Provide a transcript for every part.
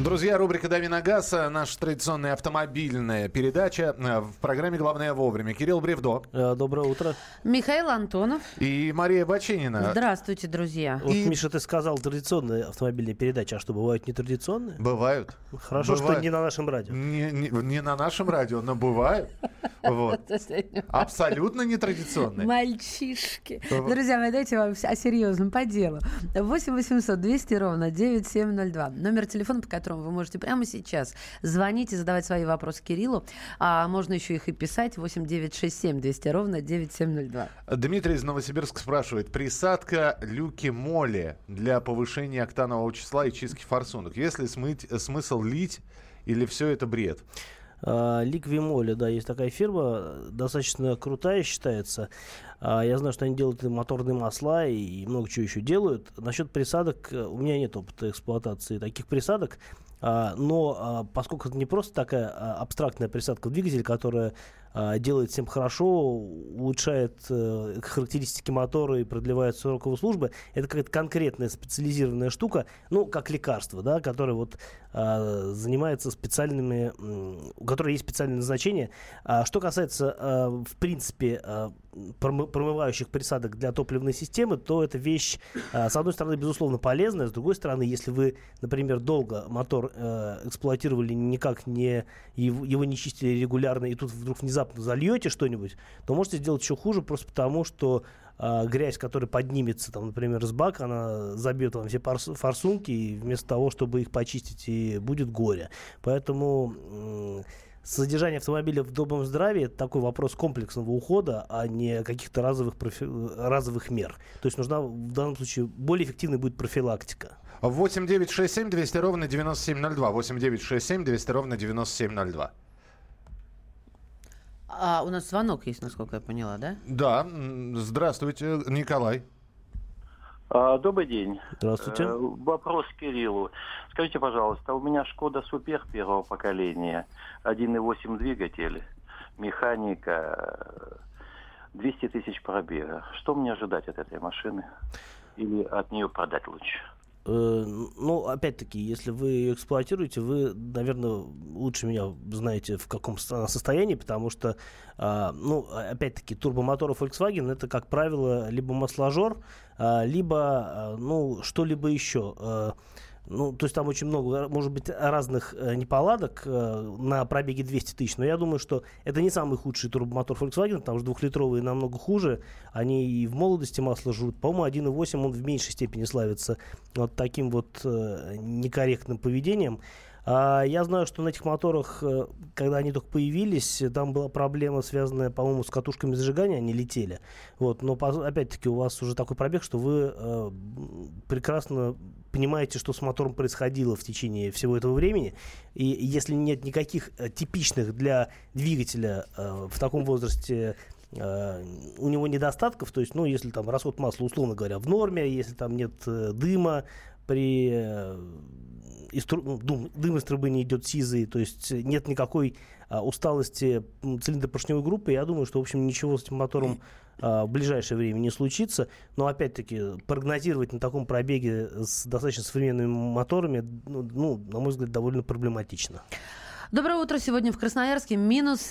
Друзья, рубрика «Дави на газ», наша традиционная автомобильная передача в программе «Главное вовремя». Кирилл Бревдо. Доброе утро. Михаил Антонов. И Мария Баченина. Здравствуйте, друзья. Вот, Миша, ты сказал традиционная автомобильная передача, а что, бывают нетрадиционные? Бывают. Хорошо, бывают. что не на нашем радио. Не на нашем радио, но бывают. Абсолютно нетрадиционные. Мальчишки. Друзья мои, дайте вам о серьезном, по делу. 8 800 200 ровно 9702. Номер телефона, по которому вы можете прямо сейчас звонить и задавать свои вопросы Кириллу. А можно еще их и писать. 8 967 200 ровно 9702. Дмитрий из Новосибирска спрашивает. Присадка люки-моли для повышения октанового числа и чистки форсунок. Есть ли смысл лить или все это бред? Ликвимоли, да, есть такая фирма, достаточно крутая считается. Я знаю, что они делают и моторные масла, и много чего еще делают. Насчет присадок, у меня нет опыта эксплуатации таких присадок, но поскольку это не просто такая абстрактная присадка в двигатель, которая делает всем хорошо, улучшает характеристики мотора и продлевает срок его службы, это какая-то конкретная специализированная штука, ну, как лекарство, да, которое вот занимается специальными, у которой есть специальное назначение. Что касается, в принципе, промывающих присадок для топливной системы, то эта вещь, с одной стороны, безусловно, полезная, с другой стороны, если вы, например, долго мотор эксплуатировали, никак его не чистили регулярно, и тут вдруг внезапно зальете что-нибудь, то можете сделать еще хуже, просто потому, что грязь, которая поднимется, там, например, с бака, она забьет вам все форсунки, и вместо того, чтобы их почистить, и будет горе. Поэтому содержание автомобиля в добром здравии — это такой вопрос комплексного ухода, а не каких-то разовых мер. То есть нужна в данном случае более эффективной будет профилактика. 8 9 6 7 200 ровно 9702. 8 9 6 7 200 ровно 9702. У нас звонок есть, насколько я поняла, да? Да. Здравствуйте, Николай. Добрый день. Здравствуйте. Вопрос к Кириллу. Скажите, пожалуйста, у меня Шкода Супер первого поколения, 1.8 двигатель, механика, 200 тысяч пробега. Что мне ожидать от этой машины? Или от нее продать лучше? Ну, опять-таки, если вы ее эксплуатируете, вы, наверное, лучше меня знаете, в каком состоянии, потому что, ну, опять-таки, турбомоторы Volkswagen — это, как правило, либо масложор, либо, ну, что-либо еще. Ну, то есть там очень много, может быть, разных неполадок на пробеге 200 тысяч, но я думаю, что это не самый худший турбомотор Volkswagen, потому что двухлитровые намного хуже, они и в молодости масло жрут. По-моему, 1.8 он в меньшей степени славится вот таким вот некорректным поведением. Я знаю, что на этих моторах, когда они только появились, там была проблема, связанная, по-моему, с катушками зажигания, они летели. Вот. Но, опять-таки, у вас уже такой пробег, что вы прекрасно понимаете, что с мотором происходило в течение всего этого времени. И если нет никаких типичных для двигателя в таком возрасте у него недостатков, то есть, ну, если там расход масла, условно говоря, в норме, если там нет дыма, дым из трубы не идет сизый, то есть нет никакой усталости цилиндропоршневой группы, я думаю, что, в общем, ничего с этим мотором в ближайшее время не случится. Но, опять-таки, прогнозировать на таком пробеге с достаточно современными моторами, ну, на мой взгляд, довольно проблематично. Доброе утро. Сегодня в Красноярске минус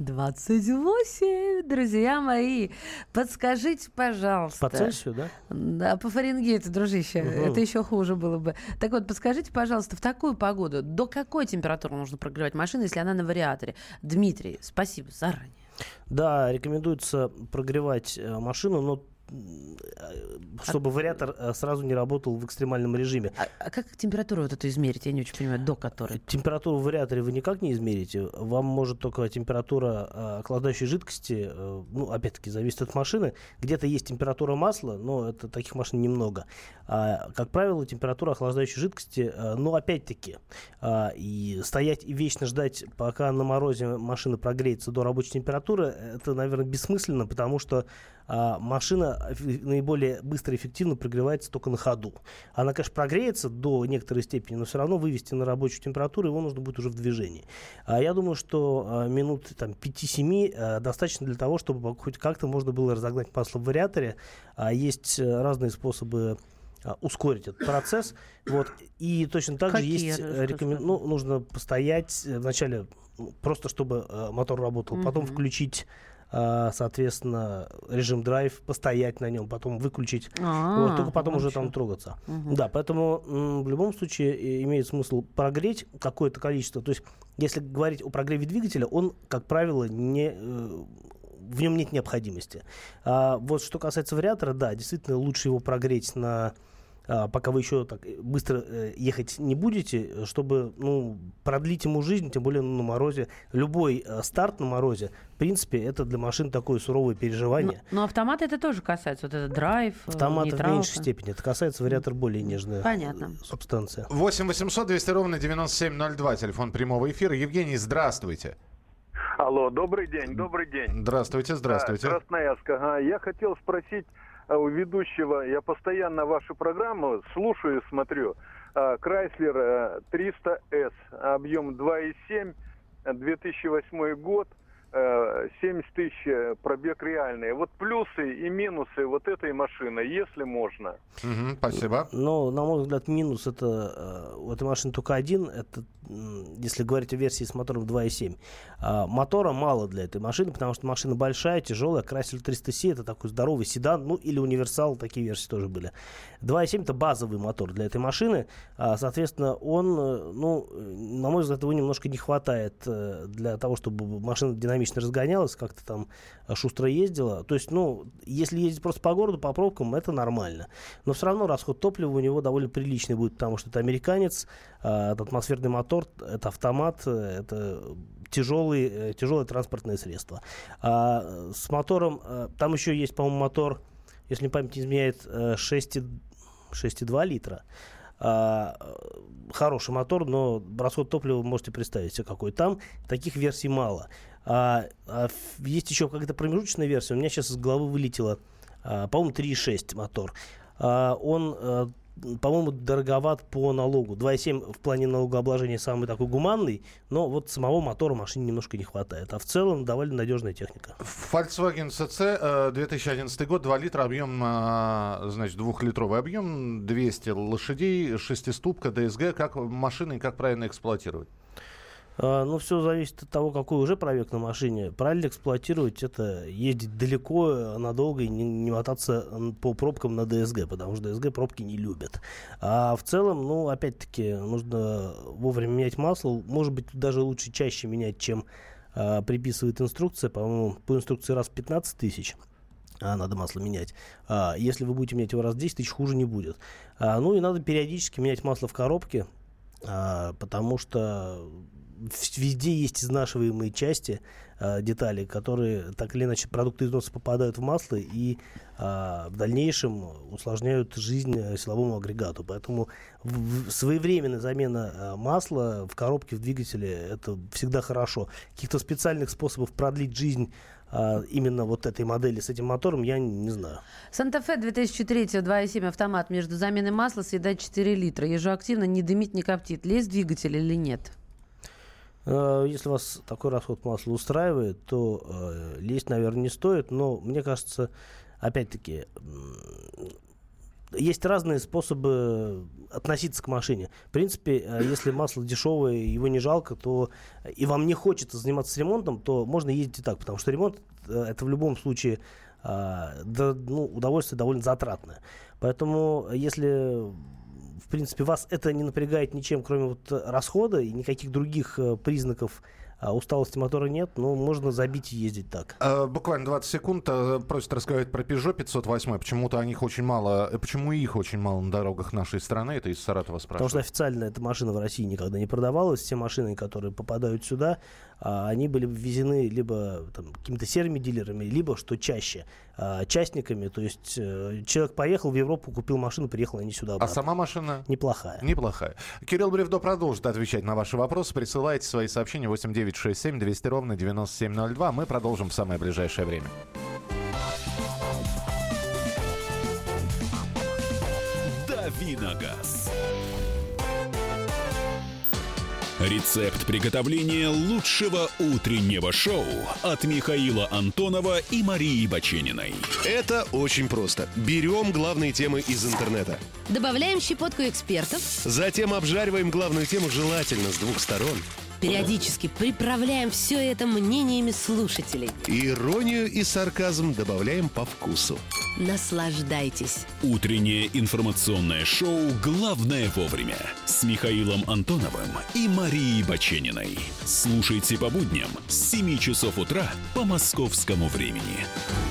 28, друзья мои. Подскажите, пожалуйста. По Цельсию, да? Да, по Фаренгейту, дружище. Это еще хуже было бы. Так вот, подскажите, пожалуйста, в такую погоду до какой температуры нужно прогревать машину, если она на вариаторе? Дмитрий, спасибо заранее. Да, рекомендуется прогревать машину, но чтобы вариатор сразу не работал в экстремальном режиме. А как температуру вот эту измерить? Я не очень понимаю, до которой. Температуру в вариаторе вы никак не измерите. Вам может только температура охлаждающей жидкости, ну, опять-таки, зависит от машины. Где-то есть температура масла, но это таких машин немного. Как правило, температура охлаждающей жидкости, но опять-таки, и стоять и вечно ждать, пока на морозе машина прогреется до рабочей температуры, это, наверное, бессмысленно, потому что машина наиболее быстро и эффективно прогревается только на ходу. Она, конечно, прогреется до некоторой степени, но все равно вывести на рабочую температуру его нужно будет уже в движении. Я думаю, что минут 5-7 достаточно для того, чтобы хоть как-то можно было разогнать масло в вариаторе. Есть разные способы ускорить этот процесс. Вот. И точно так же есть нужно постоять вначале, просто чтобы мотор работал, потом включить, соответственно, режим драйв, постоять на нем, потом выключить, только потом уже там трогаться. Да, поэтому в любом случае имеет смысл прогреть какое-то количество. То есть, если говорить о прогреве двигателя, он, как правило, в нем нет необходимости. Вот что касается вариатора, да, действительно лучше его прогреть пока вы еще так быстро ехать не будете, чтобы продлить ему жизнь, тем более на морозе. Любой старт на морозе, в принципе, это для машин такое суровое переживание. Но автоматы это тоже касается, вот этот драйв, автоматы в меньшей степени. Это касается вариатор, более нежная субстанция. 8 800 200 ровно 9702, телефон прямого эфира. Евгений, здравствуйте. Алло, добрый день, добрый день. Здравствуйте. Красноярск. Я хотел спросить у ведущего, я постоянно вашу программу слушаю и смотрю. Chrysler 300S, объем 2,7, 2008 год, 70 тысяч пробег реальный. Вот плюсы и минусы вот этой машины, если можно. Спасибо. Но, на мой взгляд, минус это у этой машины только один. Это, если говорить о версии с мотором 2.7. Мотора мало для этой машины, потому что машина большая, тяжелая. Chrysler 300C это такой здоровый седан, или универсал, такие версии тоже были. 2.7 это базовый мотор для этой машины. Соответственно, он, на мой взгляд, его немножко не хватает для того, чтобы машина динамично разгонялась, как-то там шустро ездила. То есть, если ездить просто по городу, по пробкам, это нормально. Но все равно расход топлива у него довольно приличный будет, потому что это американец, это атмосферный мотор, это автомат, это тяжелое транспортное средство. С мотором, там еще есть, по-моему, мотор, если память не изменяет, 6,2 литра. Хороший мотор, но расход топлива вы можете представить себе какой там. Таких версий мало. Есть еще какая-то промежуточная версия. У меня сейчас из головы вылетела, по-моему, 3.6 мотор. Он, по-моему, дороговат по налогу. 2.7 в плане налогообложения самый такой гуманный, но вот самого мотора машине немножко не хватает. А в целом довольно надежная техника. Volkswagen CC, 2011 год, 2 литра, объем, значит, 2-литровый объем, 200 лошадей, шестиступка, DSG. Как машина и как правильно эксплуатировать? Все зависит от того, какой уже пробег на машине. Правильно эксплуатировать — это ездить далеко, надолго и не мотаться по пробкам на DSG, потому что DSG пробки не любят. А в целом, опять-таки, нужно вовремя менять масло. Может быть, даже лучше чаще менять, чем приписывает инструкция. По-моему, по инструкции раз в 15 тысяч надо масло менять. Если вы будете менять его раз в 10 тысяч, хуже не будет. И надо периодически менять масло в коробке, потому что везде есть изнашиваемые части, детали, которые так или иначе продукты износа попадают в масло и в дальнейшем усложняют жизнь силовому агрегату. Поэтому своевременная замена масла в коробке, в двигателе — это всегда хорошо. Каких-то специальных способов продлить жизнь именно вот этой модели с этим мотором я не знаю. Санта-Фе 2003 2.7 автомат, между заменой масла съедает 4 литра. Ежеактивно, не дымит, не коптит. Лезть двигатель или нет? Если вас такой расход масла устраивает, то лезть, наверное, не стоит. Но мне кажется, опять-таки, есть разные способы относиться к машине. В принципе, если масло дешевое, его не жалко, то и вам не хочется заниматься ремонтом, то можно ездить и так, потому что ремонт это в любом случае удовольствие довольно затратное. Поэтому, если в принципе вас это не напрягает ничем, кроме расхода, и никаких других признаков усталости мотора нет, можно забить и ездить так. Буквально 20 секунд. Просят рассказать про Peugeot 508. Почему-то их очень мало на дорогах нашей страны. Это из Саратова спрашивают. Потому что официально эта машина в России никогда не продавалась. Все машины, которые попадают сюда, они были ввезены либо какими-то серыми дилерами, либо, что чаще, частниками. То есть человек поехал в Европу, купил машину, приехал, они сюда обратно. А сама машина? Неплохая. Кирилл Бревдо продолжит отвечать на ваши вопросы. Присылайте свои сообщения 8967 200 ровно 9702. Мы продолжим в самое ближайшее время. Давиногаз. Рецепт приготовления лучшего утреннего шоу от Михаила Антонова и Марии Бачениной. Это очень просто. Берем главные темы из интернета. Добавляем щепотку экспертов. Затем обжариваем главную тему желательно с двух сторон. Периодически приправляем все это мнениями слушателей. Иронию и сарказм добавляем по вкусу. Наслаждайтесь. Утреннее информационное шоу «Главное вовремя» с Михаилом Антоновым и Марией Бачениной. Слушайте по будням с 7 часов утра по московскому времени.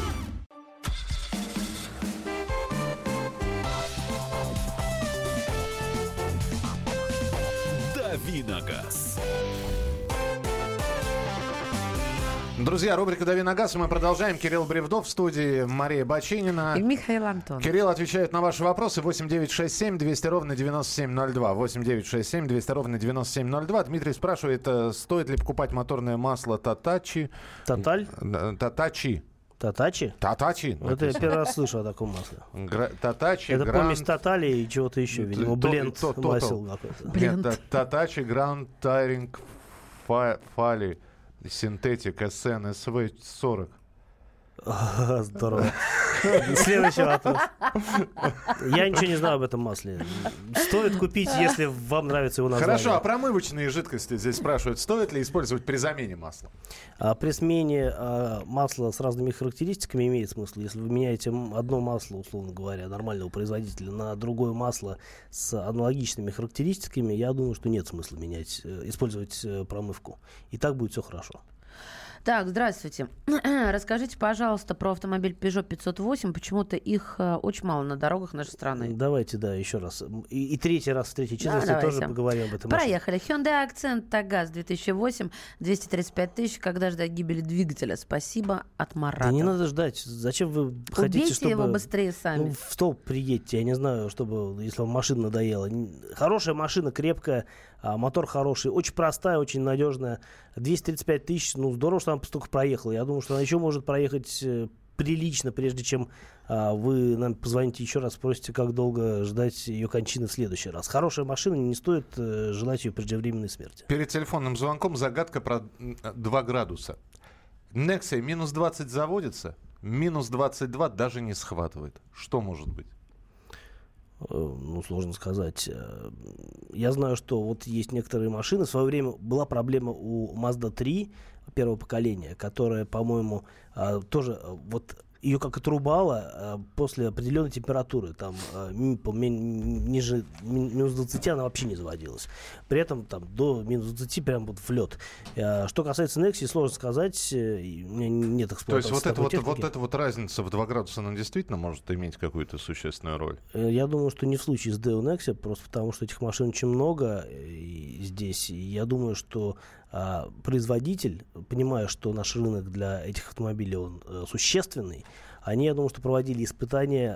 «Дави на газ». Друзья, рубрика «Дави на газ». Мы продолжаем. Кирилл Бревдов в студии, Мария Баченина. И Михаил Антонов. Кирилл отвечает на ваши вопросы. 8-967-200-97-02. 8-967-200-97-02. Дмитрий спрашивает, стоит ли покупать моторное масло Татачи. Таталь? Татачи. Татачи? Татачи. Это я первый раз слышу о таком масле. Татачи. Это помесь Татали и чего-то еще, видимо, бленд масел какой-то. Нет, Татачи Гранд Тайринг Фали. Синтетик СН СВ 40. Здорово. Следующий вопрос. Я ничего не знаю об этом масле. Стоит купить, если вам нравится его название. Хорошо, а промывочные жидкости здесь спрашивают, стоит ли использовать при замене масла? При смене масла с разными характеристиками имеет смысл. Если вы меняете одно масло, условно говоря, нормального производителя на другое масло с аналогичными характеристиками, я думаю, что нет смысла использовать промывку. И так будет все хорошо. Так, здравствуйте. Расскажите, пожалуйста, про автомобиль Peugeot 508. Почему-то их очень мало на дорогах нашей страны. Давайте, еще раз. И третий раз в третьей части тоже поговорим об этом. Проехали. Hyundai Accent Тагаз 2008, 235 тысяч. Когда ждать гибели двигателя? Спасибо от Марата. Да не надо ждать. Зачем вы хотите, Убейте чтобы... его быстрее сами. В столб приедьте. Я не знаю, чтобы, если вам машина надоела. Хорошая машина, крепкая, мотор хороший, очень простая, очень надежная. 235 тысяч, здорово, что она столько проехала. Я думаю, что она еще может проехать прилично, прежде чем вы нам позвоните еще раз, спросите, как долго ждать ее кончины в следующий раз. Хорошая машина, не стоит желать ее преждевременной смерти. Перед телефонным звонком загадка про 2 градуса. Nexia минус 20 заводится, минус 22 даже не схватывает. Что может быть? Сложно сказать. Я знаю, что вот есть некоторые машины. В свое время была проблема у Mazda 3 первого поколения, которая, по-моему, тоже вот ее как отрубало после определенной температуры. Там ниже минус 20 она вообще не заводилась. При этом там до минус 20 прям вот в лед. Что касается Nexia, сложно сказать. У меня нет эксплуатации. То есть вот эта разница в 2 градуса, она действительно может иметь какую-то существенную роль? Я думаю, что не в случае с Deo Nexia, просто потому что этих машин очень много здесь. И я думаю, что производитель, понимая, что наш рынок для этих автомобилей он существенный, они, я думаю, что проводили испытания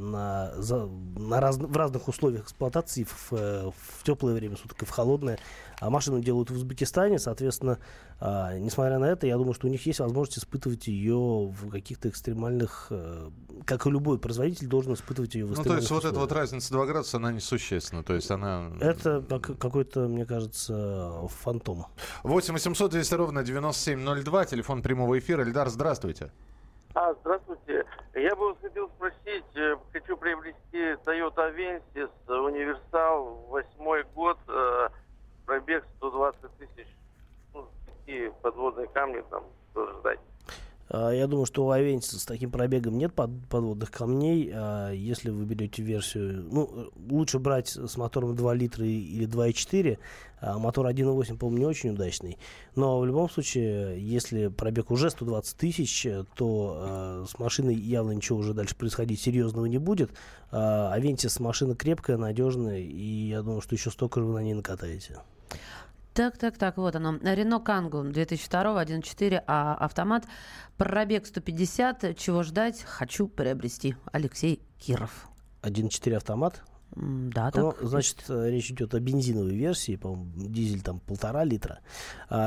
в разных условиях эксплуатации в теплое время суток и в холодное. Машину делают в Узбекистане, соответственно, несмотря на это, я думаю, что у них есть возможность испытывать ее в каких-то экстремальных, как и любой производитель должен испытывать ее в экстремальных условиях. То есть вот эта вот разница 2 градуса, она несущественна, то есть она... Это какой-то, мне кажется, фантом. 8 800 200 ровно 9702, телефон прямого эфира. Эльдар, здравствуйте. Здравствуйте. Я бы вас хотел спросить, хочу приобрести Toyota Avensis, универсал, 8-й год, пробег 120 тысяч, какие подводные камни там тоже ждать? Я думаю, что у Avensis с таким пробегом нет подводных камней. Если вы берете версию... лучше брать с мотором 2 литра или 2,4. Мотор 1,8, по-моему, не очень удачный. Но в любом случае, если пробег уже 120 тысяч, то с машиной явно ничего уже дальше происходить серьезного не будет. Avensis машина крепкая, надежная, и я думаю, что еще столько же вы на ней накатаете. Так, вот оно. Renault Kangoo 2002, 1.4, автомат. Пробег 150. Чего ждать? Хочу приобрести. Алексей Киров. 1.4 автомат? Да, так. Значит, речь идет о бензиновой версии, по-моему, дизель там 1,5 литра.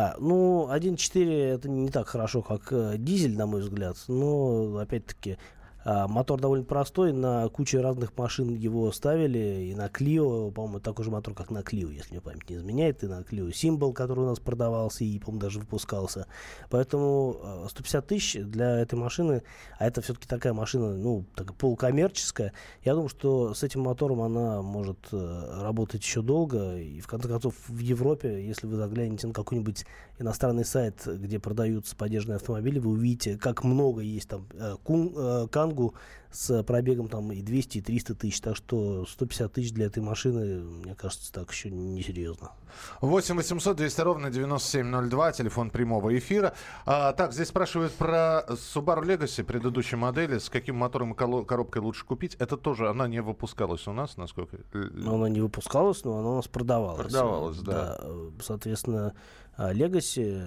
1.4 это не так хорошо, как дизель, на мой взгляд. Но, опять-таки, Мотор довольно простой, на куче разных машин его ставили, и на Clio, по-моему, такой же мотор, как на Clio, если мне память не изменяет, и на Clio Symbol, который у нас продавался и, по-моему, даже выпускался. Поэтому 150 тысяч для этой машины, а это все-таки такая машина, ну, такая полукоммерческая, я думаю, что с этим мотором она может работать еще долго, и в конце концов в Европе, если вы заглянете на какой-нибудь иностранный сайт, где продаются подержанные автомобили, вы увидите, как много есть там Кангу с пробегом там и 200, и 300 тысяч. Так что 150 тысяч для этой машины, мне кажется, так еще несерьезно. 8 800 200 ровно 9702, телефон прямого эфира. Так, здесь спрашивают про Subaru Legacy предыдущей модели. С каким мотором и коробкой лучше купить? Это тоже, она не выпускалась у нас, насколько... Она не выпускалась, но она у нас продавалась. Продавалась, да. Соответственно, Legacy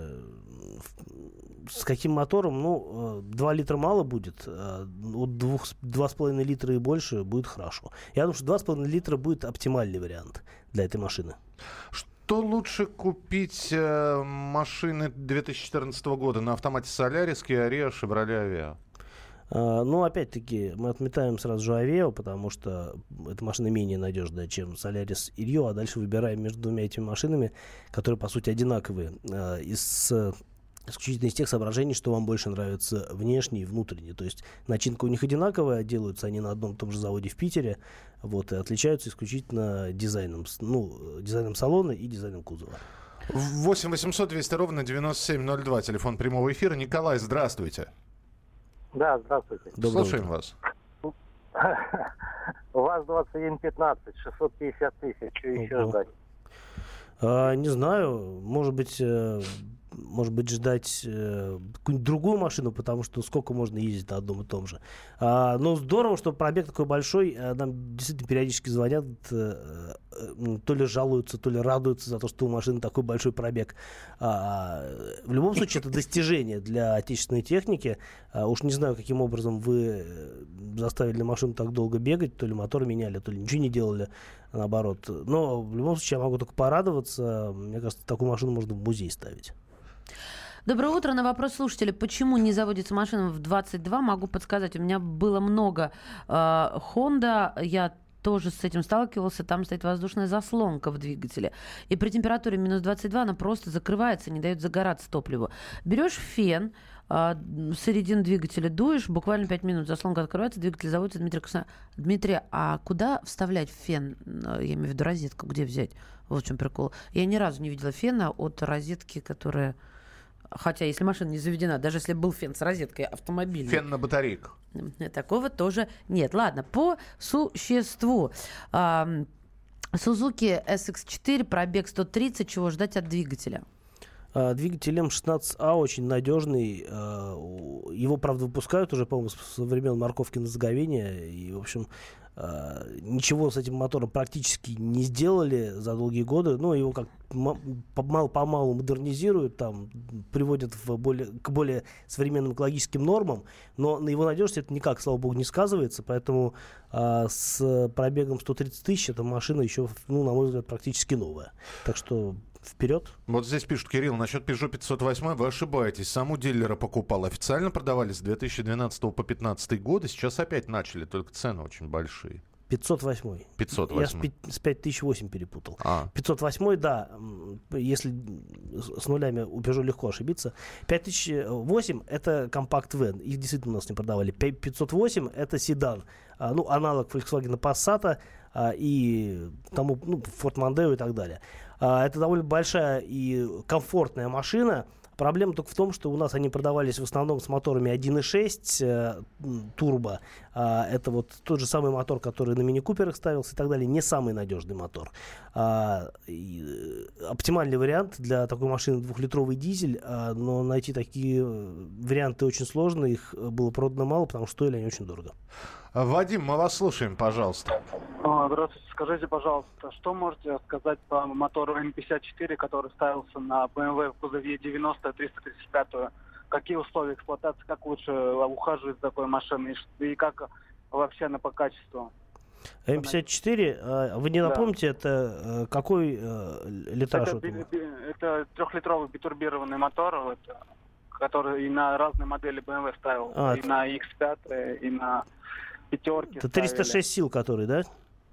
с каким мотором? Ну, 2 литра мало будет. От 2,5 литра и больше будет хорошо. Я думаю, что 2,5 литра будет оптимальный вариант для этой машины. Что лучше купить машины 2014 года на автомате Solaris, Kia Rio, Chevrolet Aveo? Ну, опять-таки, мы отметаем сразу же Aveo, потому что эта машина менее надежная, чем Solaris и Rio, а дальше выбираем между двумя этими машинами, которые, по сути, одинаковые, исключительно из тех соображений, что вам больше нравится внешне и внутренне. То есть начинка у них одинаковая, делаются они на одном и том же заводе в Питере, вот, и отличаются исключительно дизайном, дизайном салона и дизайном кузова. 8 800 200 ровно 9702, телефон прямого эфира. Николай, здравствуйте. Да, здравствуйте. Слушаем вас. ВАЗ-2115, 650 тысяч, что еще ждать? Не знаю, может быть, ждать какую-нибудь другую машину, потому что сколько можно ездить на одном и том же. Но здорово, что пробег такой большой. Нам действительно периодически звонят, то ли жалуются, то ли радуются за то, что у машины такой большой пробег. В любом случае, это достижение для отечественной техники. Уж не знаю, каким образом вы заставили машину так долго бегать, то ли мотор меняли, то ли ничего не делали, наоборот. Но в любом случае, я могу только порадоваться. Мне кажется, такую машину можно в музей ставить. Доброе утро. На вопрос слушателя, почему не заводится машина в 22, могу подсказать. У меня было много Honda, я тоже с этим сталкивался. Там стоит воздушная заслонка в двигателе. И при температуре минус 22 она просто закрывается, не дает загораться топливу. Берешь фен, середину двигателя дуешь, буквально 5 минут заслонка открывается, двигатель заводится. Дмитрий, а куда вставлять фен? Я имею в виду розетку, где взять? Вот в чем прикол. Я ни разу не видела фена от розетки, которая... Хотя, если машина не заведена, даже если был фен с розеткой автомобильной... Фен на батарейках. Такого тоже нет. Ладно, по существу. Suzuki SX4, пробег 130, чего ждать от двигателя? Двигатель М16А очень надежный. Его, правда, выпускают уже, по-моему, со времен морковки на заговение. И, в общем, ничего с этим мотором практически не сделали за долгие годы. Ну, его как помалу модернизируют, там, приводят к более современным экологическим нормам. Но на его надежности это никак, слава богу, не сказывается. Поэтому с пробегом 130 тысяч эта машина еще, на мой взгляд, практически новая. Так что... Вперед. Вот здесь пишут, Кирилл, насчет Peugeot 508 вы ошибаетесь. Сам у дилера покупал. Официально продавались с 2012 по 2015 годы. Сейчас опять начали, только цены очень большие. 508. 508. Я с 5008 перепутал. 508, да, если с нулями у Peugeot легко ошибиться. 5008 это компакт-вэн. Их действительно у нас не продавали. 508 это седан. Аналог Volkswagen Passat и тому, Ford Mondeo и так далее. Это довольно большая и комфортная машина. Проблема только в том, что у нас они продавались в основном с моторами 1.6 турбо. Это вот тот же самый мотор, который на мини-куперах ставился и так далее. Не самый надежный мотор. Оптимальный вариант для такой машины 2-литровый дизель, но найти такие варианты очень сложно. Их было продано мало, потому что стоили они очень дорого. Вадим, мы вас слушаем, пожалуйста. Здравствуйте. Скажите, пожалуйста, что можете сказать по мотору М54, который ставился на BMW в кузове 90 335? Какие условия эксплуатации, как лучше ухаживать за такой машиной и как вообще она по качеству? М54, вы не напомните, это какой литраж? Это 3-литровый битурбированный мотор. который и на разные модели BMW ставил. И на X5, и на пятерки. Это 306 сил, который, да?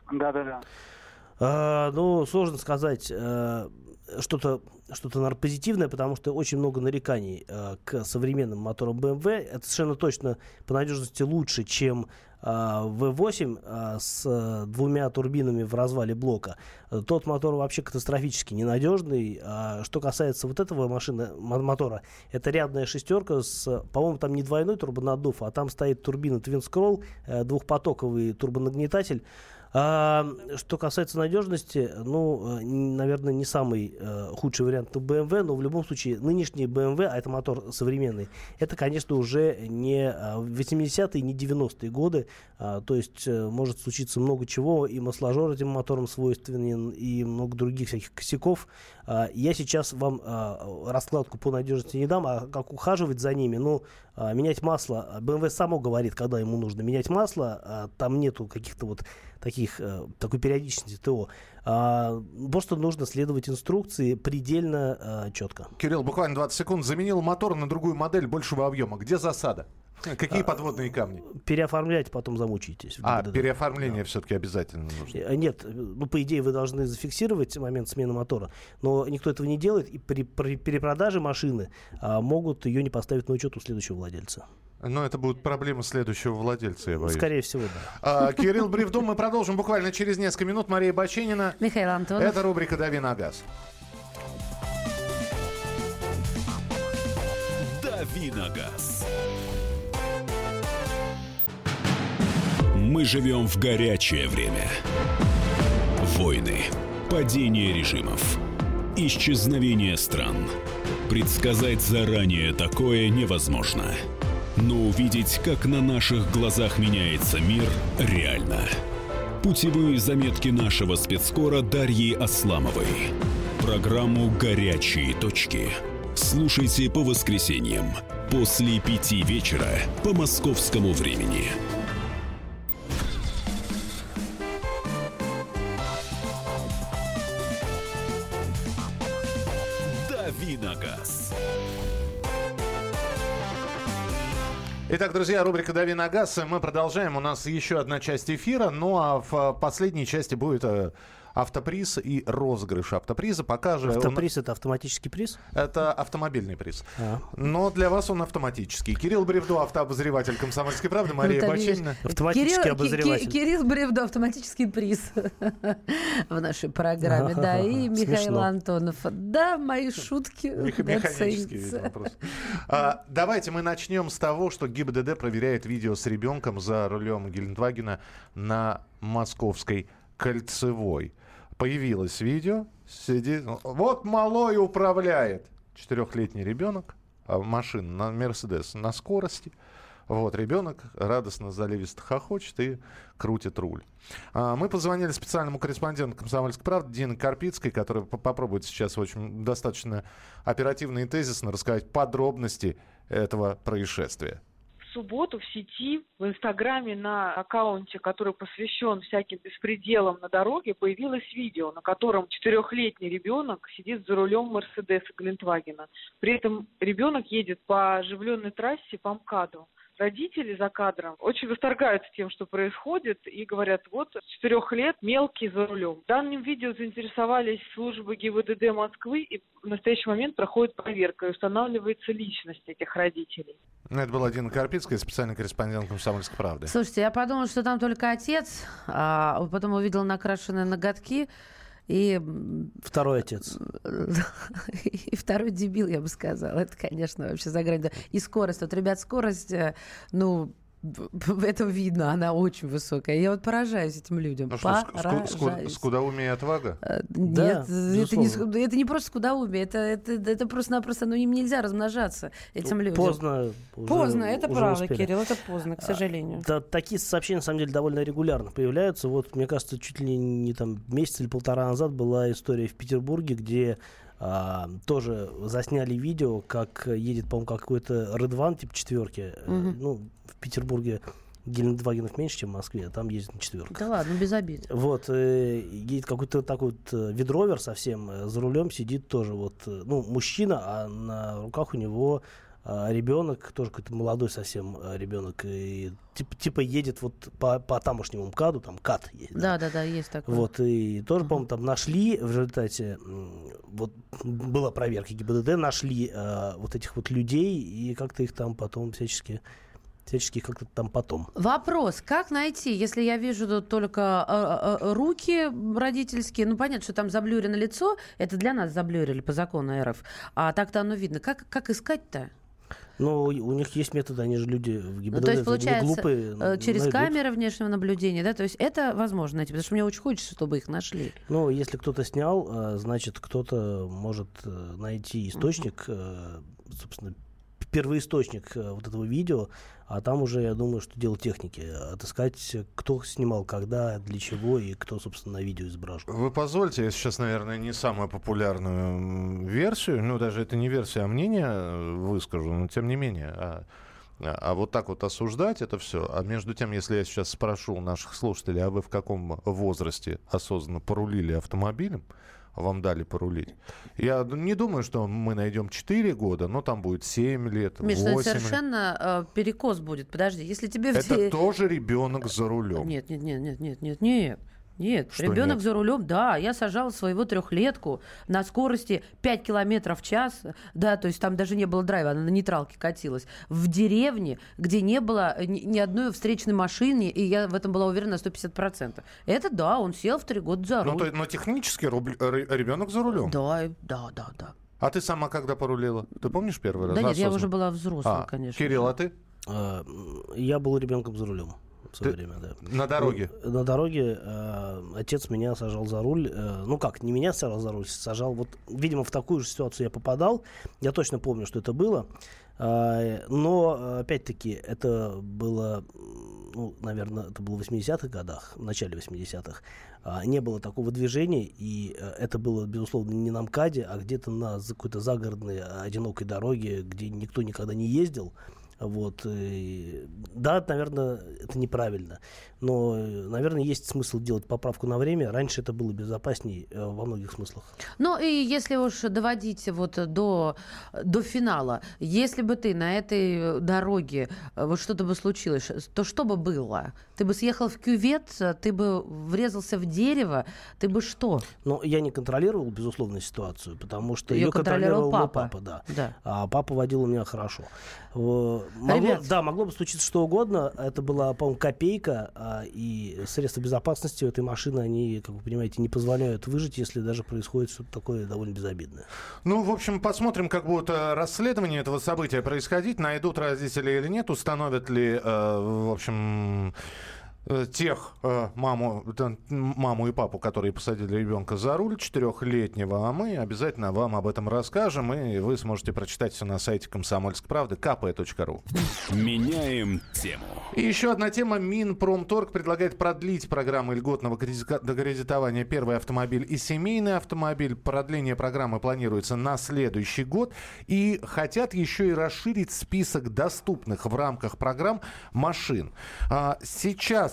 Да. Ну, сложно сказать что-то, наверное, позитивное, потому что очень много нареканий к современным моторам BMW. Это совершенно точно по надежности лучше, чем V8 с двумя турбинами в развале блока. Тот мотор вообще катастрофически ненадежный. Что касается вот этого мотора, это рядная шестерка с, по-моему, там не двойной турбонаддув, а там стоит турбина Twin Scroll, двухпотоковый турбонагнетатель. Что касается надежности, ну, наверное, не самый худший вариант у BMW, но в любом случае нынешний BMW, а это мотор современный, это, конечно, уже не 80-е, не 90-е годы, то есть может случиться много чего, и масложор этим моторам свойственен, и много других всяких косяков. Я сейчас вам раскладку по надежности не дам, а как ухаживать за ними, ну, менять масло, BMW само говорит, когда ему нужно менять масло, там нету каких-то вот такой периодичности ТО. Просто нужно следовать инструкции предельно четко. Кирилл, буквально 20 секунд. Заменил мотор на другую модель большего объема. Где засада? Какие подводные камни? Переоформлять, потом замучаетесь. Переоформление все-таки обязательно нужно. Нет, ну, по идее, вы должны зафиксировать момент смены мотора, но никто этого не делает, и при перепродаже машины могут ее не поставить на учет у следующего владельца. Но это будут проблемы следующего владельца, я боюсь. Скорее всего, да. Кирилл Бревдо, мы продолжим буквально через несколько минут. Мария Баченина. Михаил Антонов. Это рубрика «Дави на газ». «Дави на газ». Мы живем в горячее время. Войны, падение режимов, исчезновение стран. Предсказать заранее такое невозможно. Но увидеть, как на наших глазах меняется мир, реально. Путевые заметки нашего спецкора Дарьи Асламовой. Программу «Горячие точки» слушайте по воскресеньям после 5 вечера по московскому времени. «Дави на газ». Итак, друзья, рубрика «Дави на газ». Мы продолжаем. У нас еще одна часть эфира. Ну а в последней части будет автоприз и розыгрыш автоприза. Пока же автоприз — это автоматический приз? Это автомобильный приз. Но для вас он автоматический. Кирилл Бревдо, автообозреватель «Комсомольской правды», Мария Баченина. Автоматический обозреватель. Кирилл Бревдо, автоматический приз в нашей программе. Да, и Михаил Антонов. Да, мои шутки механический вопрос. Давайте мы начнем с того, что ГИБДД проверяет видео с ребенком за рулем Гелендвагена на Московской Кольцевой. Появилось видео, сидит, вот малой управляет. 4-летний ребенок, машина на Мерседес на скорости. Вот, ребенок радостно, заливисто хохочет и крутит руль. Мы позвонили специальному корреспонденту «Комсомольской правды» Дине Карпицкой, которая попробует сейчас очень достаточно оперативно и тезисно рассказать подробности этого происшествия. В субботу в сети, в Инстаграме, на аккаунте, который посвящен всяким беспределам на дороге, появилось видео, на котором 4-летний ребенок сидит за рулем Мерседеса Гелендвагена. При этом ребенок едет по оживленной трассе по МКАДу. Родители за кадром очень восторгаются тем, что происходит, и говорят, вот с 4 лет мелкий за рулем. Данным видео заинтересовались службы ГИБДД Москвы, и в настоящий момент проходит проверка и устанавливается личность этих родителей. Это была Дина Карпицкая, специальный корреспондент «Комсомольской правды». Слушайте, я подумала, что там только отец, а потом увидела накрашенные ноготки. И второй отец. И второй дебил, я бы сказала. Это, конечно, вообще за гранью. И скорость. Вот, ребят, скорость, ну, это видно, она очень высокая. Я вот поражаюсь этим людям. Ну что, скудоумие и отвага? Нет, да, это не просто скудоумие, это просто-напросто, ну, им нельзя размножаться, этим людям. Поздно, это правда, успели. Кирилл, это поздно, к сожалению. Такие сообщения, на самом деле, довольно регулярно появляются. Вот, мне кажется, чуть ли не там месяц или полтора назад была история в Петербурге, где тоже засняли видео, как едет, по-моему, какой-то Редван, типа четверки. Ну, в Петербурге Гелендвагенов меньше, чем в Москве, а там ездит на четверках. Да ладно, без обид. Вот, едет какой-то такой вот видровер совсем, за рулем сидит тоже вот, ну, мужчина, а на руках у него ребенок, тоже какой-то молодой совсем ребенок, и типа едет вот по тамошнему МКАДу, там КАД есть. Да, есть такое. Вот, и тоже, по-моему, там нашли в результате, вот была проверка ГИБДД, нашли вот этих вот людей, и как-то их там потом всячески как-то там потом. Вопрос, как найти, если я вижу тут только руки родительские, ну, понятно, что там заблюрено лицо, это для нас заблюрили по закону РФ, а так-то оно видно. Как искать-то? Ну, у них есть методы, они же люди в ГИБДД, то есть, получается, глупые, через найдут. Камеры внешнего наблюдения, да, то есть это возможно найти, потому что мне очень хочется, чтобы их нашли. Ну, если кто-то снял, значит, кто-то может найти источник, собственно, первоисточник вот этого видео, а там уже, я думаю, что дело техники. Отыскать, кто снимал, когда, для чего и кто, собственно, на видео изображен. Вы позвольте, я сейчас, наверное, не самую популярную версию, ну, даже это не версия, а мнение выскажу, но тем не менее. А вот так вот осуждать это все. А между тем, если я сейчас спрошу у наших слушателей, а вы в каком возрасте осознанно порулили автомобилем, вам дали порулить. Я не думаю, что мы найдем 4 года, но там будет 7 лет, 8 Миш, лет. это совершенно перекос будет. Подожди, если тебе... Это тоже ребенок за рулем. Нет. Нет, ребенок нет? за рулем, да. Я сажала своего 3-летку на скорости 5 километров в час, да, то есть там даже не было драйва, она на нейтралке катилась, в деревне, где не было ни одной встречной машины, и я в этом была уверена на 150%. Это да, он сел в 3 года за руль. Но технически ребенок за рулем. Да. А ты сама когда порулила? Ты помнишь первый раз? Да нет, я уже была взрослой, конечно. Кирилл, а ты? Я был ребенком за рулем. В свое время, да. На дороге? На дороге отец меня сажал за руль. Ну как, не меня сажал за руль, сажал. Вот, видимо, в такую же ситуацию я попадал. Я точно помню, что это было. Но, опять-таки, это было, ну, наверное, это было в 80-х годах, в начале 80-х. Не было такого движения, и это было, безусловно, не на МКАДе, а где-то на какой-то загородной, одинокой дороге, где никто никогда не ездил. Вот. Да, наверное, это неправильно. Но, наверное, есть смысл делать поправку на время. Раньше это было безопаснее во многих смыслах. Ну и если уж доводить вот до финала, если бы ты на этой дороге, вот что-то бы случилось, то что бы было? Ты бы съехал в кювет, ты бы врезался в дерево, ты бы что? Ну, я не контролировал, безусловно, ситуацию, потому что ее контролировал мой папа. Да. А папа водил у меня хорошо. Могло бы случиться что угодно. Это была, по-моему, копейка, и средства безопасности у этой машины, они, как вы понимаете, не позволяют выжить, если даже происходит что-то такое довольно безобидное. Ну, в общем, посмотрим, как будет расследование этого события происходить, найдут родители или нет, установят ли, в общем... тех маму и папу, которые посадили ребенка за руль 4-летнего, а мы обязательно вам об этом расскажем, и вы сможете прочитать все на сайте «Комсомольской правды» kp.ru. Меняем тему. И еще одна тема. Минпромторг предлагает продлить программу льготного кредитования «Первый автомобиль» и «Семейный автомобиль». Продление программы планируется на следующий год. И хотят еще и расширить список доступных в рамках программ машин. Сейчас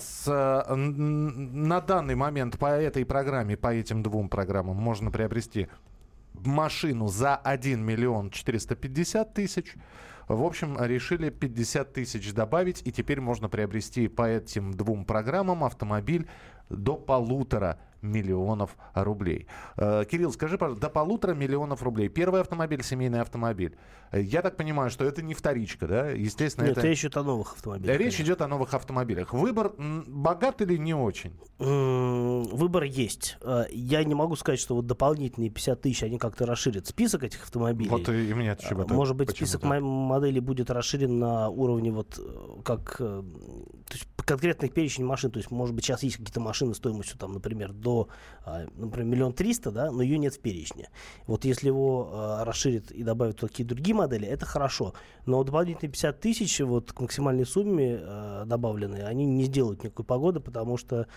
на данный момент по этой программе, по этим двум программам можно приобрести машину за 1 миллион 450 тысяч. В общем, решили 50 тысяч добавить, и теперь можно приобрести по этим двум программам автомобиль до 1,5 миллиона рублей. Кирилл, скажи, пожалуйста, до 1,5 миллиона рублей. Первый автомобиль, семейный автомобиль. Я так понимаю, что это не вторичка, да? Естественно, Нет, речь идет о новых автомобилях. Речь идет о новых автомобилях. Выбор богат или не очень? Выбор есть. Я не могу сказать, что вот дополнительные 50 тысяч, они как-то расширят список этих автомобилей. Вот и меня чего-то. Может быть, список моделей будет расширен на уровне вот как... То есть конкретных перечень машин. То есть, может быть, сейчас есть какие-то машины стоимостью, там, например, до, например, 1 300 000, да, но ее нет в перечне. Вот если его расширят и добавят такие другие модели, это хорошо. Но дополнительные 50 тысяч вот к максимальной сумме добавленные, они не сделают никакой погоды, потому что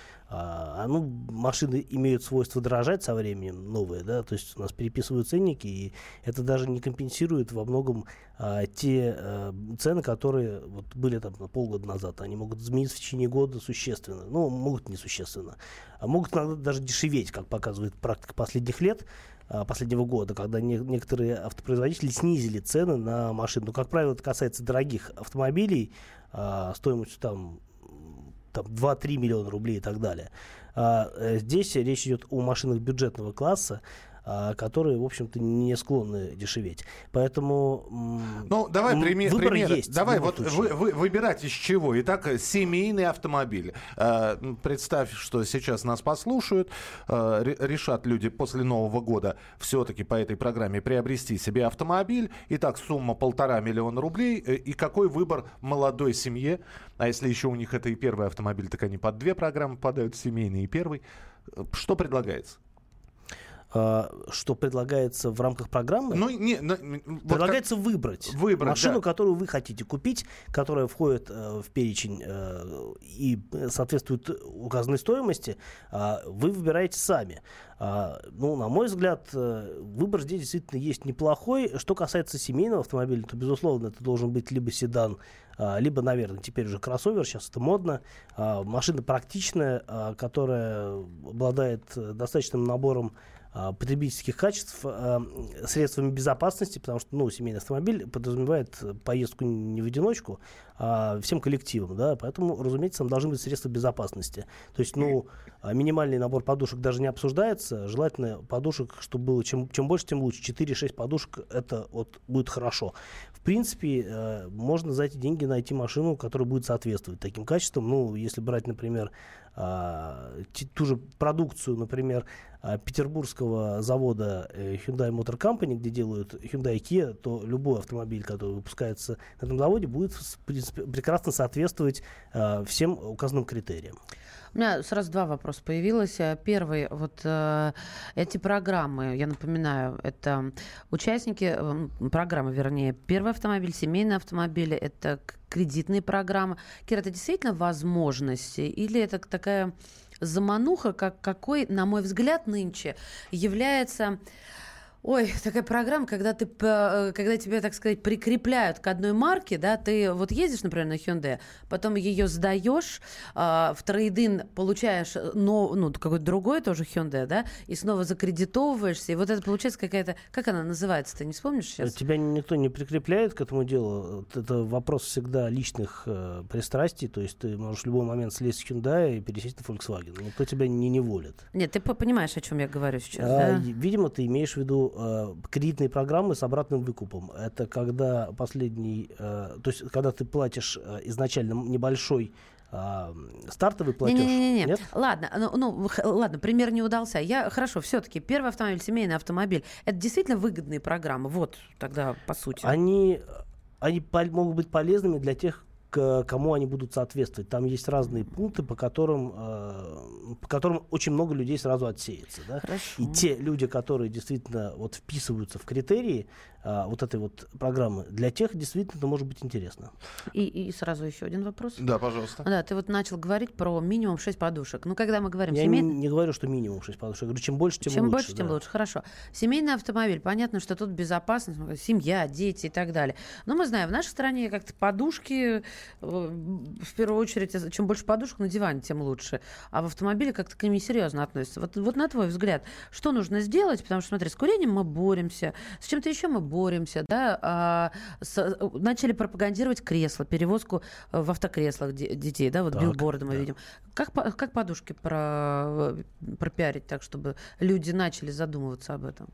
машины имеют свойство дорожать со временем, новые, да, то есть у нас переписывают ценники, и это даже не компенсирует во многом те цены, которые вот были там на полгода назад. Они могут измениться в течение года существенно. Ну, могут несущественно. А могут иногда даже дешеветь, как показывает практика последних лет. последнего года, когда некоторые автопроизводители снизили цены на машины. Но, как правило, это касается дорогих автомобилей стоимостью там 2-3 миллиона рублей и так далее. Здесь речь идет о машинах бюджетного класса, которые, в общем-то, не склонны дешеветь. Поэтому давай выбор примеры. есть. Давай выбирать из чего. Итак, семейный автомобиль. Представь, что сейчас нас послушают. Решат люди после Нового года все-таки по этой программе приобрести себе автомобиль. Итак, сумма 1,5 миллиона рублей. И какой выбор молодой семье? А если еще у них это и первый автомобиль, так они под 2 программы попадают, семейный и первый. Что предлагается? Что предлагается в рамках программы? Предлагается выбрать машину, которую вы хотите купить, которая входит в перечень и соответствует указанной стоимости. Вы выбираете сами. На мой взгляд, выбор здесь действительно есть неплохой. Что касается семейного автомобиля, то, безусловно, это должен быть либо седан, либо, наверное, теперь уже кроссовер, сейчас это модно. Машина практичная, которая обладает достаточным набором потребительских качеств, средствами безопасности, потому что семейный автомобиль подразумевает поездку не в одиночку, а всем коллективом, да, поэтому, разумеется, там должны быть средства безопасности. То есть, минимальный набор подушек даже не обсуждается, желательно подушек, чтобы было чем больше, тем лучше. 4-6 подушек, это будет хорошо. В принципе, можно за эти деньги найти машину, которая будет соответствовать таким качествам. Если брать, например, ту же продукцию, например, петербургского завода Hyundai Motor Company, где делают Hyundai и Kia, то любой автомобиль, который выпускается на этом заводе, будет прекрасно соответствовать всем указанным критериям. У меня сразу 2 вопроса появилось. Первый, эти программы, я напоминаю, это участники программы, вернее, первый автомобиль, семейный автомобиль, это кредитные программы. Кира, это действительно возможности или это такая замануха, какой, на мой взгляд, нынче является... такая программа, когда тебя, так сказать, прикрепляют к одной марке, да, ты ездишь, например, на Hyundai, потом ее сдаешь, в трейд-ин получаешь, какой-то другой тоже Hyundai, да, и снова закредитовываешься, и это получается какая-то, как она называется, ты не вспомнишь сейчас? Тебя никто не прикрепляет к этому делу, это вопрос всегда личных пристрастий, то есть ты можешь в любой момент слезть с Hyundai и пересесть на Volkswagen, никто тебя не неволит. Нет, ты понимаешь, о чем я говорю сейчас, да? Видимо, ты имеешь в виду кредитные программы с обратным выкупом. Это когда то есть когда ты платишь изначально небольшой стартовый платеж. Нет? Ладно, пример не удался. Хорошо, все-таки первый автомобиль, семейный автомобиль, это действительно выгодные программы. Тогда по сути. Они могут быть полезными для тех, кому они будут соответствовать. Там есть разные пункты, по которым очень много людей сразу отсеется. Да? И те люди, которые действительно вписываются в критерии этой программы, для тех действительно это может быть интересно. И сразу еще один вопрос. Да, пожалуйста. Да, ты начал говорить про минимум 6 подушек. Когда мы говорим... Я не говорю, что минимум 6 подушек. Я говорю, чем больше, тем лучше. Чем больше, тем лучше. Хорошо. Семейный автомобиль. Понятно, что тут безопасность, семья, дети и так далее. Но мы знаем, в нашей стране как-то подушки, в первую очередь, чем больше подушек на диване, тем лучше. А в автомобиле как-то к ним несерьезно относятся. На твой взгляд, что нужно сделать? Потому что, смотри, с курением мы боремся, с чем-то еще мы боремся, да, начали пропагандировать кресла, перевозку в автокреслах детей, да, билборды мы видим. Как подушки пропиарить так, чтобы люди начали задумываться об этом?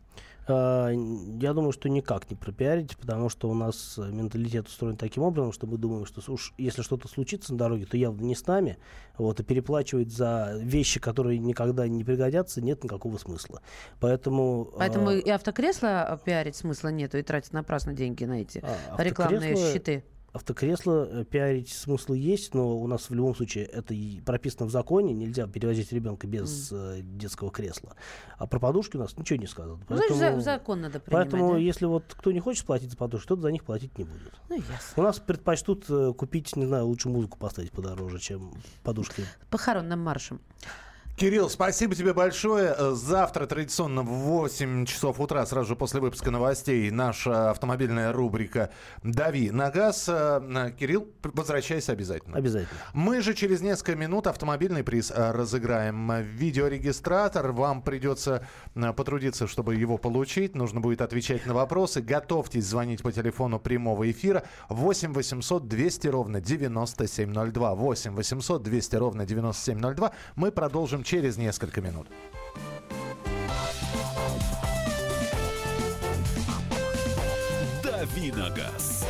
Я думаю, что никак не пропиарить, потому что у нас менталитет устроен таким образом, что мы думаем, что если что-то случится на дороге, то явно не с нами, и переплачивать за вещи, которые никогда не пригодятся, нет никакого смысла. Поэтому и автокресла пиарить смысла нету, и тратить напрасно деньги на эти рекламные щиты. Автокресло пиарить смысл есть, но у нас в любом случае это и прописано в законе, нельзя перевозить ребенка без детского кресла. А про подушки у нас ничего не сказано. Значит, закон надо принимать. Поэтому, да? Если кто не хочет платить за подушки, тот за них платить не будет. Ясно. У нас предпочтут купить, не знаю, лучше музыку поставить подороже, чем подушки. Похоронным маршем. Кирилл, спасибо тебе большое. Завтра традиционно в 8 часов утра, сразу же после выпуска новостей, наша автомобильная рубрика «Дави на газ». Кирилл, возвращайся обязательно. Обязательно. Мы же через несколько минут автомобильный приз разыграем. Видеорегистратор. Вам придется потрудиться, чтобы его получить. Нужно будет отвечать на вопросы. Готовьтесь звонить по телефону прямого эфира 8 800 200 ровно 9702. 8 800 200 ровно 9702. Мы продолжим через несколько минут. «Дави на газ».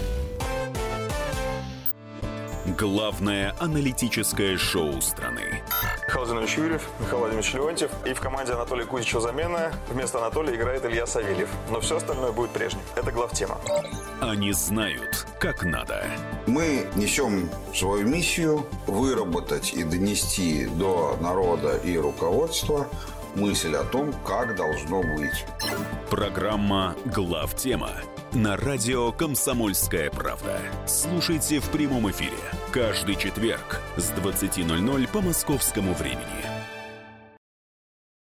Главное аналитическое шоу страны. Михаил Владимирович Юрьев, Михаил Владимирович Леонтьев. И в команде Анатолия Кузичева замена. Вместо Анатолия играет Илья Савельев. Но все остальное будет прежним. Это главтема. Они знают, как надо. Мы несем свою миссию выработать и донести до народа и руководства мысль о том, как должно быть. Программа «Главтема» на радио «Комсомольская правда». Слушайте в прямом эфире каждый четверг с 20:00 по московскому времени.